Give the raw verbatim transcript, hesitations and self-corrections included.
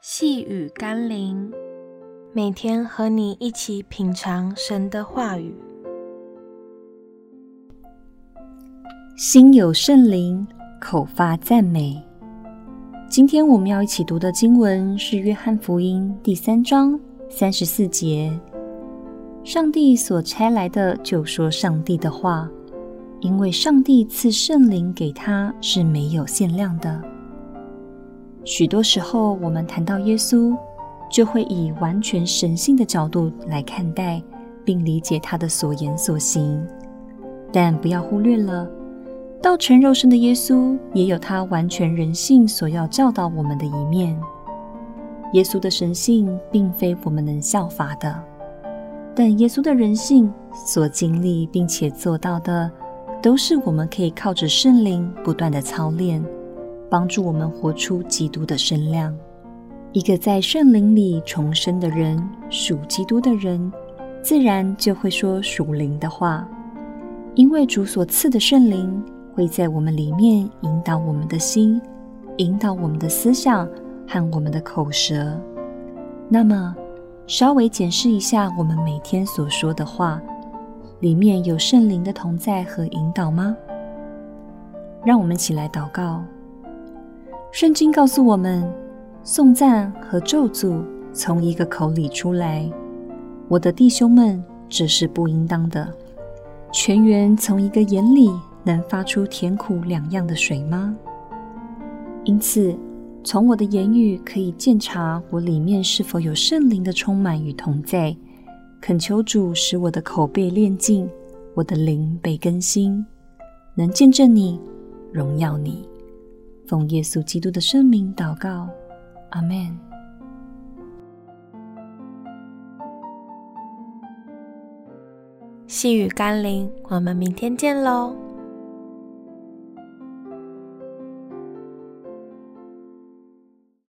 细雨甘霖，每天和你一起品尝神的话语。 心有圣灵，口发赞美。今天我们要一起读的经文是约翰福音第三章三十四节。上帝所差来的就说上帝的话，因为上帝赐圣灵给他是没有限量的。许多时候我们谈到耶稣，就会以完全神性的角度来看待并理解他的所言所行，但不要忽略了道成肉身的耶稣也有他完全人性所要教导我们的一面。耶稣的神性并非我们能效法的，但耶稣的人性所经历并且做到的，都是我们可以靠着圣灵不断的操练，帮助我们活出基督的身量。一个在圣灵里重生的人，属基督的人，自然就会说属灵的话，因为主所赐的圣灵会在我们里面引导我们的心，引导我们的思想和我们的口舌。那么稍微检视一下我们每天所说的话，里面有圣灵的同在和引导吗？让我们一起来祷告。圣经告诉我们，颂赞和咒诅从一个口里出来，我的弟兄们，这是不应当的。泉源从一个眼里能发出甜苦两样的水吗？因此，从我的言语可以鉴察我里面是否有圣灵的充满与同在，恳求主使我的口被炼净，我的灵被更新，能见证你，荣耀你。奉耶稣基督的圣名祷告，阿们。 细雨甘霖，我们明天见喽。